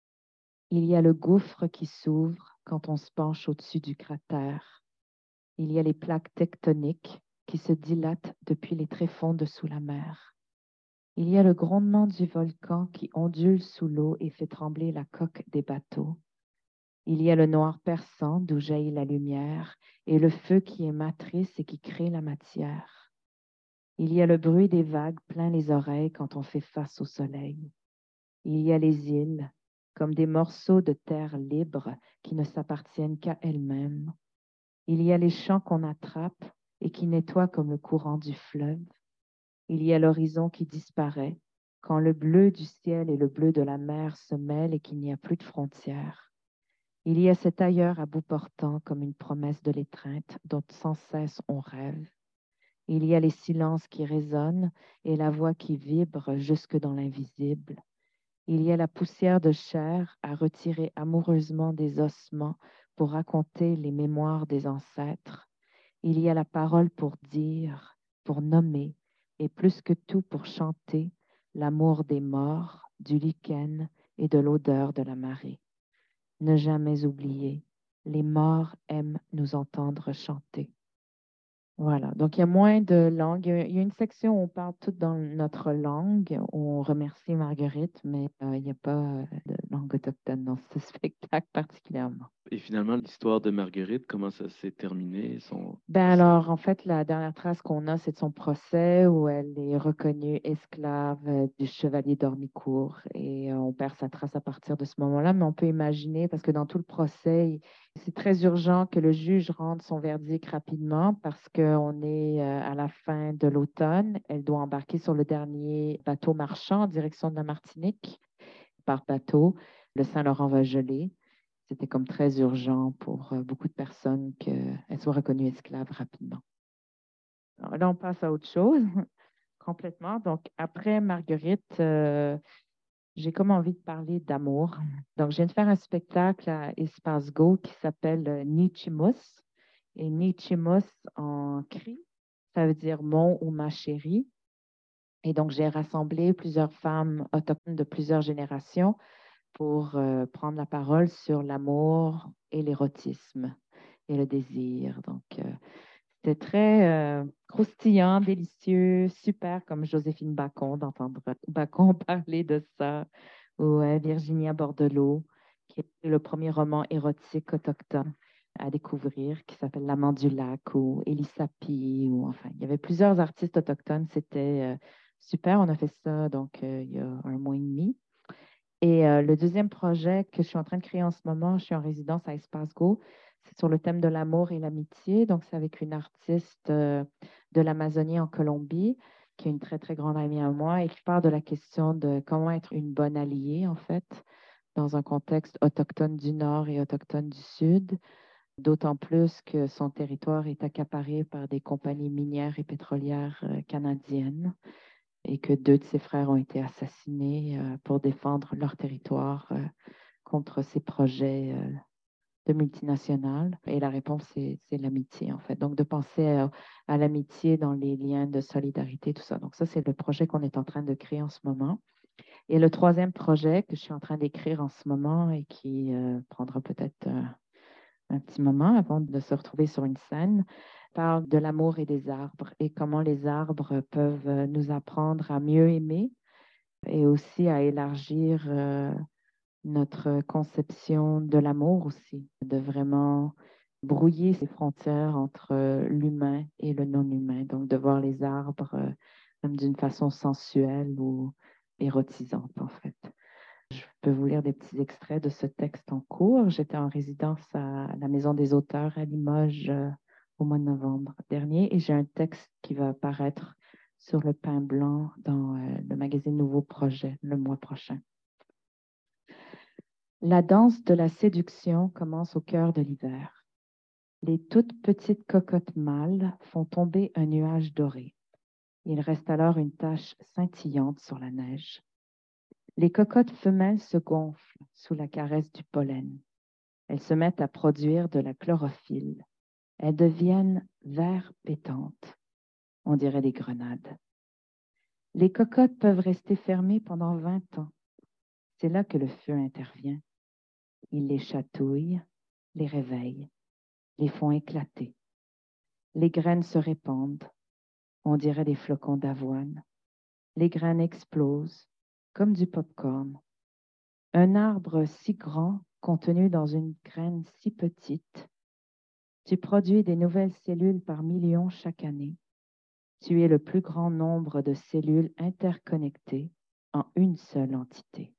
Il y a le gouffre qui s'ouvre quand on se penche au-dessus du cratère. Il y a les plaques tectoniques qui se dilatent depuis les tréfonds de sous la mer. Il y a le grondement du volcan qui ondule sous l'eau et fait trembler la coque des bateaux. Il y a le noir perçant d'où jaillit la lumière et le feu qui est matrice et qui crée la matière. Il y a le bruit des vagues plein les oreilles quand on fait face au soleil. Il y a les îles, comme des morceaux de terre libre qui ne s'appartiennent qu'à elles-mêmes. Il y a les champs qu'on attrape et qui nettoient comme le courant du fleuve. Il y a l'horizon qui disparaît quand le bleu du ciel et le bleu de la mer se mêlent et qu'il n'y a plus de frontières. Il y a cet ailleurs à bout portant comme une promesse de l'étreinte dont sans cesse on rêve. Il y a les silences qui résonnent et la voix qui vibre jusque dans l'invisible. Il y a la poussière de chair à retirer amoureusement des ossements pour raconter les mémoires des ancêtres. Il y a la parole pour dire, pour nommer, et plus que tout pour chanter l'amour des morts, du lichen et de l'odeur de la marée. Ne jamais oublier, les morts aiment nous entendre chanter. Voilà, donc il y a moins de langues. Il y a, il y a une section où on parle tout dans notre langue, où on remercie Marguerite, mais euh, il n'y a pas euh, de langue autochtone dans ce spectacle particulièrement. Et finalement, l'histoire de Marguerite, comment ça s'est terminé, son Ben procès? alors, en fait, la dernière trace qu'on a, c'est de son procès où elle est reconnue esclave euh, du chevalier d'Ormicourt et euh, on perd sa trace à partir de ce moment-là, mais on peut imaginer, parce que dans tout le procès, c'est très urgent que le juge rende son verdict rapidement parce qu'on est euh, à la fin de l'automne. Elle doit embarquer sur le dernier bateau marchand en direction de la Martinique par bateau. Le Saint-Laurent va geler. C'était comme très urgent pour euh, beaucoup de personnes qu'elles soient reconnues esclaves rapidement. Alors là, on passe à autre chose complètement. Donc, après Marguerite, euh, j'ai comme envie de parler d'amour. Donc, je viens de faire un spectacle à Espace Go qui s'appelle euh, Nichimus. Et Nichimus en cri, ça veut dire mon ou ma chérie. Et donc, j'ai rassemblé plusieurs femmes autochtones de plusieurs générations pour euh, prendre la parole sur l'amour et l'érotisme et le désir. Donc, euh, c'était très euh, croustillant, délicieux, super, comme Joséphine Bacon, d'entendre Bacon parler de ça, ou euh, Virginia Bordelot, qui est le premier roman érotique autochtone à découvrir, qui s'appelle L'amant du lac, ou Elisapie, ou enfin, il y avait plusieurs artistes autochtones. C'était euh, super. On a fait ça donc euh, il y a un mois et demi. Et euh, le deuxième projet que je suis en train de créer en ce moment, je suis en résidence à Espace Go, c'est sur le thème de l'amour et l'amitié. Donc, c'est avec une artiste euh, de l'Amazonie en Colombie, qui est une très, très grande amie à moi et qui parle de la question de comment être une bonne alliée, en fait, dans un contexte autochtone du Nord et autochtone du Sud, d'autant plus que son territoire est accaparé par des compagnies minières et pétrolières euh, canadiennes et que deux de ses frères ont été assassinés euh, pour défendre leur territoire euh, contre ces projets euh, de multinationales. Et la réponse, c'est, c'est l'amitié, en fait. Donc, de penser à, à l'amitié dans les liens de solidarité, tout ça. Donc, ça, c'est le projet qu'on est en train de créer en ce moment. Et le troisième projet que je suis en train d'écrire en ce moment et qui euh, prendra peut-être euh, un petit moment avant de se retrouver sur une scène, parle de l'amour et des arbres et comment les arbres peuvent nous apprendre à mieux aimer et aussi à élargir euh, notre conception de l'amour aussi, de vraiment brouiller ces frontières entre l'humain et le non-humain, donc de voir les arbres euh, même d'une façon sensuelle ou érotisante en fait. Je peux vous lire des petits extraits de ce texte en cours. J'étais en résidence à la Maison des auteurs à Limoges euh, au mois de novembre dernier et j'ai un texte qui va apparaître sur le pain blanc dans euh, le magazine Nouveau Projet le mois prochain. La danse de la séduction commence au cœur de l'hiver. Les toutes petites cocottes mâles font tomber un nuage doré. Il reste alors une tache scintillante sur la neige. Les cocottes femelles se gonflent sous la caresse du pollen. Elles se mettent à produire de la chlorophylle. Elles deviennent vert pétantes. On dirait des grenades. Les cocottes peuvent rester fermées pendant vingt ans. C'est là que le feu intervient. Il les chatouille, les réveille, les font éclater. Les graines se répandent. On dirait des flocons d'avoine. Les graines explosent comme du pop-corn. Un arbre si grand contenu dans une graine si petite. Tu produis des nouvelles cellules par millions chaque année. Tu es le plus grand nombre de cellules interconnectées en une seule entité.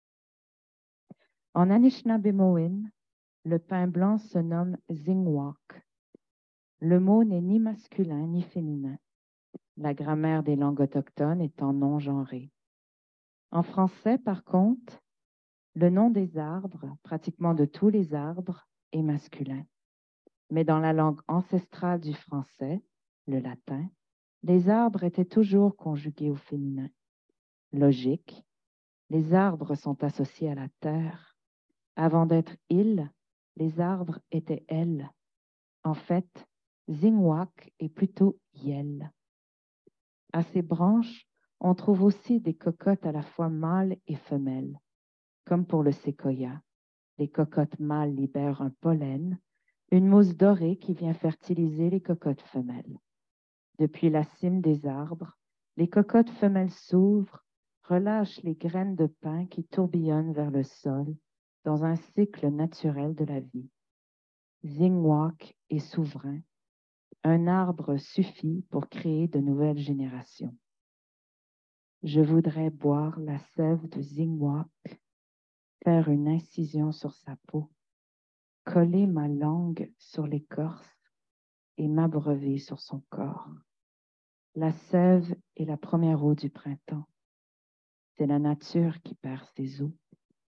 En Anishinaabemowin, le pain blanc se nomme Zingwak. Le mot n'est ni masculin ni féminin. La grammaire des langues autochtones étant non genrée. En français, par contre, le nom des arbres, pratiquement de tous les arbres, est masculin. Mais dans la langue ancestrale du français, le latin, les arbres étaient toujours conjugués au féminin. Logique, les arbres sont associés à la terre. Avant d'être ils, les arbres étaient elles. En fait, Zingwak est plutôt yel. À ces branches, on trouve aussi des cocottes à la fois mâles et femelles. Comme pour le séquoia, les cocottes mâles libèrent un pollen, une mousse dorée qui vient fertiliser les cocottes femelles. Depuis la cime des arbres, les cocottes femelles s'ouvrent, relâchent les graines de pin qui tourbillonnent vers le sol dans un cycle naturel de la vie. Zingwak est souverain. Un arbre suffit pour créer de nouvelles générations. Je voudrais boire la sève de Zingwak, faire une incision sur sa peau, coller ma langue sur l'écorce et m'abreuver sur son corps. La sève est la première eau du printemps. C'est la nature qui perd ses eaux.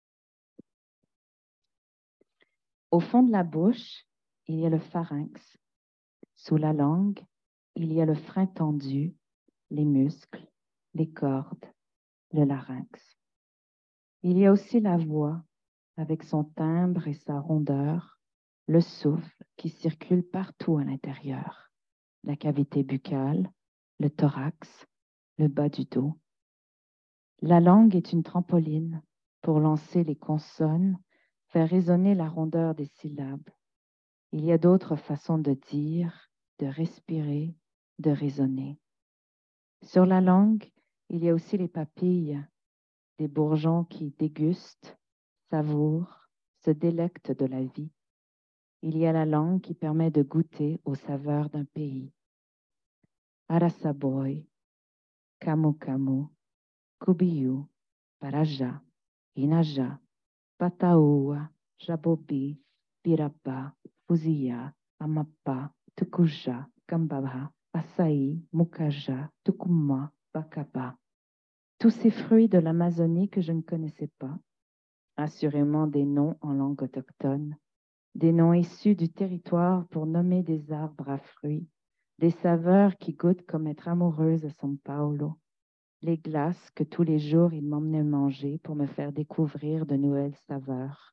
Au fond de la bouche, il y a le pharynx. Sous la langue, il y a le frein tendu, les muscles, les cordes, le larynx. Il y a aussi la voix, avec son timbre et sa rondeur, le souffle qui circule partout à l'intérieur, la cavité buccale, le thorax, le bas du dos. La langue est une trampoline pour lancer les consonnes, faire résonner la rondeur des syllabes. Il y a d'autres façons de dire, de respirer, de raisonner. Sur la langue, il y a aussi les papilles, des bourgeons qui dégustent, savourent, se délectent de la vie. Il y a la langue qui permet de goûter aux saveurs d'un pays. Arasaboy, Kamu Kamu, Kubiyu, Paraja, Inaja, Pataoua, Jabobi, Birapa, Fuzia, Amapa, Tukuja, Kambaba, Açaí, Mukaja, Tukuma, Bakaba. Tous ces fruits de l'Amazonie que je ne connaissais pas, assurément des noms en langue autochtone, des noms issus du territoire pour nommer des arbres à fruits, des saveurs qui goûtent comme être amoureuses à São Paulo, les glaces que tous les jours il m'emmenait manger pour me faire découvrir de nouvelles saveurs,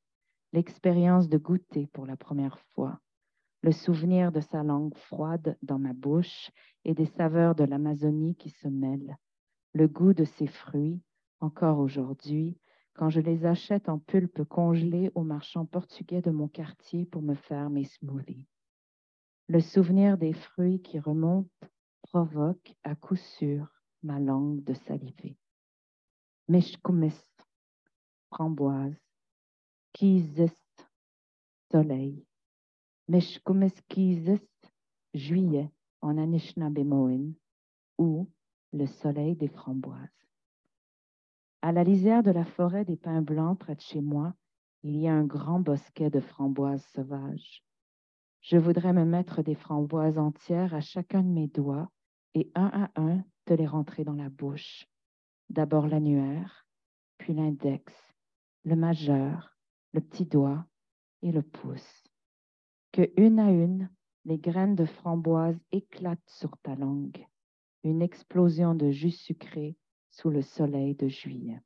l'expérience de goûter pour la première fois, le souvenir de sa langue froide dans ma bouche et des saveurs de l'Amazonie qui se mêlent, le goût de ses fruits, encore aujourd'hui, quand je les achète en pulpe congelée au marchand portugais de mon quartier pour me faire mes smoothies. Le souvenir des fruits qui remontent provoque à coup sûr ma langue de saliver. Meshkumis, framboise, kizis, soleil. Meshkumis kizis, juillet en Anishinaabe ou le soleil des framboises. À la lisière de la forêt des pins blancs près de chez moi, il y a un grand bosquet de framboises sauvages. Je voudrais me mettre des framboises entières à chacun de mes doigts et un à un te les rentrer dans la bouche. D'abord l'annulaire, puis l'index, le majeur, le petit doigt et le pouce. Que une à une, les graines de framboise éclatent sur ta langue. Une explosion de jus sucré sous le soleil de juillet.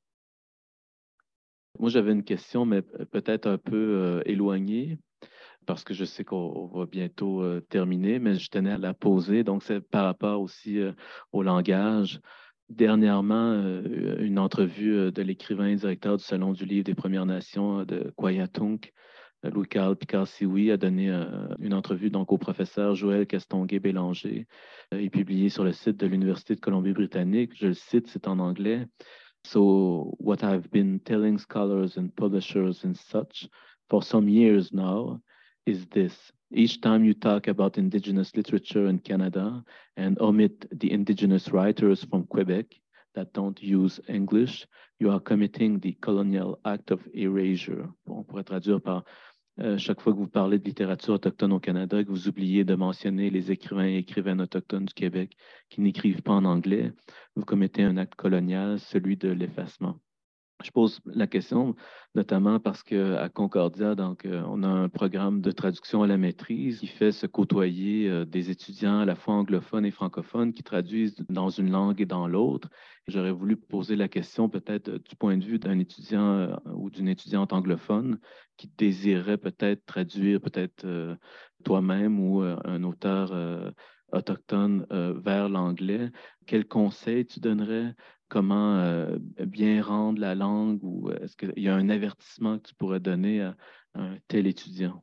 Moi, j'avais une question, mais peut-être un peu euh, éloignée, parce que je sais qu'on va bientôt euh, terminer, mais je tenais à la poser. Donc, c'est par rapport aussi euh, au langage. Dernièrement, euh, une entrevue euh, de l'écrivain et directeur du Salon du Livre des Premières Nations euh, de Kwayatunk, euh, Louis-Carl Picard-Sioui, a donné euh, une entrevue donc, au professeur Joël Castonguay-Bélanger euh, et publiée sur le site de l'Université de Colombie-Britannique. Je le cite, c'est en anglais. So what I've been telling scholars and publishers and such for some years now is this. Each time you talk about Indigenous literature in Canada and omit the Indigenous writers from Quebec that don't use English, you are committing the colonial act of erasure. On pourrait traduire par Euh, chaque fois que vous parlez de littérature autochtone au Canada, que vous oubliez de mentionner les écrivains et écrivaines autochtones du Québec qui n'écrivent pas en anglais, vous commettez un acte colonial, celui de l'effacement. Je pose la question notamment parce qu'à Concordia, donc, euh, on a un programme de traduction à la maîtrise qui fait se côtoyer euh, des étudiants à la fois anglophones et francophones qui traduisent dans une langue et dans l'autre. J'aurais voulu poser la question peut-être euh, du point de vue d'un étudiant euh, ou d'une étudiante anglophone qui désirerait peut-être traduire peut-être euh, toi-même ou euh, un auteur euh, autochtone euh, vers l'anglais. Quel conseil tu donnerais? Comment euh, bien rendre la langue ou est-ce qu'il y a un avertissement que tu pourrais donner à, à un tel étudiant?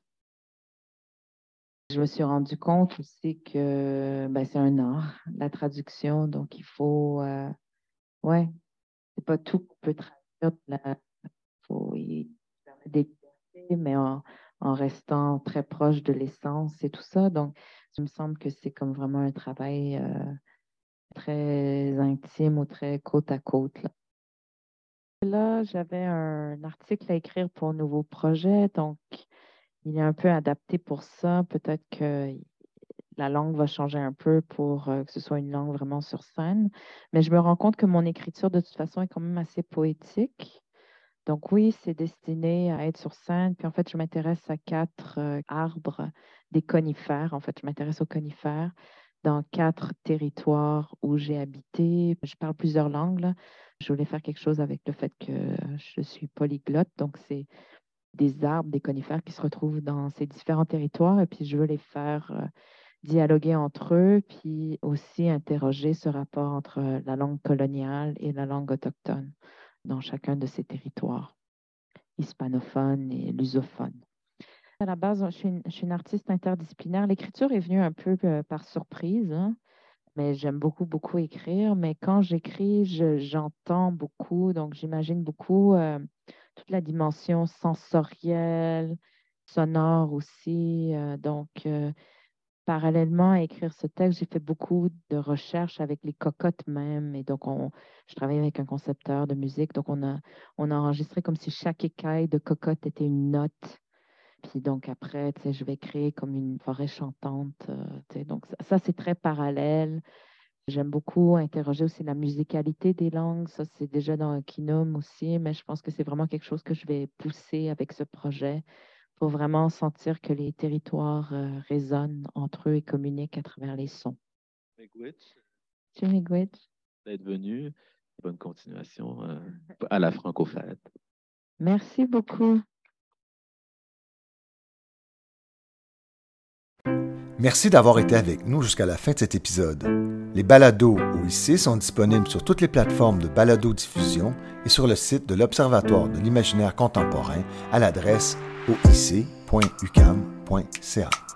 Je me suis rendu compte aussi que ben, c'est un art, la traduction, donc il faut, euh, ouais, c'est pas tout qu'on peut traduire, il faut y permettre des libertés, mais en, en restant très proche de l'essence et tout ça. Donc, il me semble que c'est comme vraiment un travail euh, très intime ou très côte à côte, là. Là, j'avais un article à écrire pour un nouveau projet, donc il est un peu adapté pour ça. Peut-être que la langue va changer un peu pour euh, que ce soit une langue vraiment sur scène. Mais je me rends compte que mon écriture, de toute façon, est quand même assez poétique. Donc oui, c'est destiné à être sur scène. Puis en fait, je m'intéresse à quatre euh, arbres des conifères. En fait, je m'intéresse aux conifères dans quatre territoires où j'ai habité. Je parle plusieurs langues, là. Je voulais faire quelque chose avec le fait que je suis polyglotte. Donc, c'est des arbres, des conifères qui se retrouvent dans ces différents territoires. Et puis, je veux les faire euh, dialoguer entre eux, puis aussi interroger ce rapport entre la langue coloniale et la langue autochtone dans chacun de ces territoires, hispanophones et lusophones. À la base, je suis une, je suis une artiste interdisciplinaire. L'écriture est venue un peu euh, par surprise, hein, mais j'aime beaucoup, beaucoup écrire. Mais quand j'écris, je- j'entends beaucoup, donc j'imagine beaucoup euh, toute la dimension sensorielle, sonore aussi. euh, donc, euh, parallèlement à écrire ce texte, j'ai fait beaucoup de recherches avec les cocottes même. Et donc, on, je travaille avec un concepteur de musique. Donc, on a, on a enregistré comme si chaque écaille de cocotte était une note. Puis donc, après, tu sais, je vais créer comme une forêt chantante. euh, tu sais. Donc, ça, ça, c'est très parallèle. J'aime beaucoup interroger aussi la musicalité des langues. Ça, c'est déjà dans un Kinum aussi, mais je pense que c'est vraiment quelque chose que je vais pousser avec ce projet pour vraiment sentir que les territoires euh, résonnent entre eux et communiquent à travers les sons. Miigwech, Tu miigwech? d'être venu. Bonne continuation euh, à la Franco-Fête. Merci beaucoup. Merci d'avoir été avec nous jusqu'à la fin de cet épisode. Les balados O I C sont disponibles sur toutes les plateformes de balado-diffusion et sur le site de l'Observatoire de l'imaginaire contemporain à l'adresse o i c point u q a m point c a.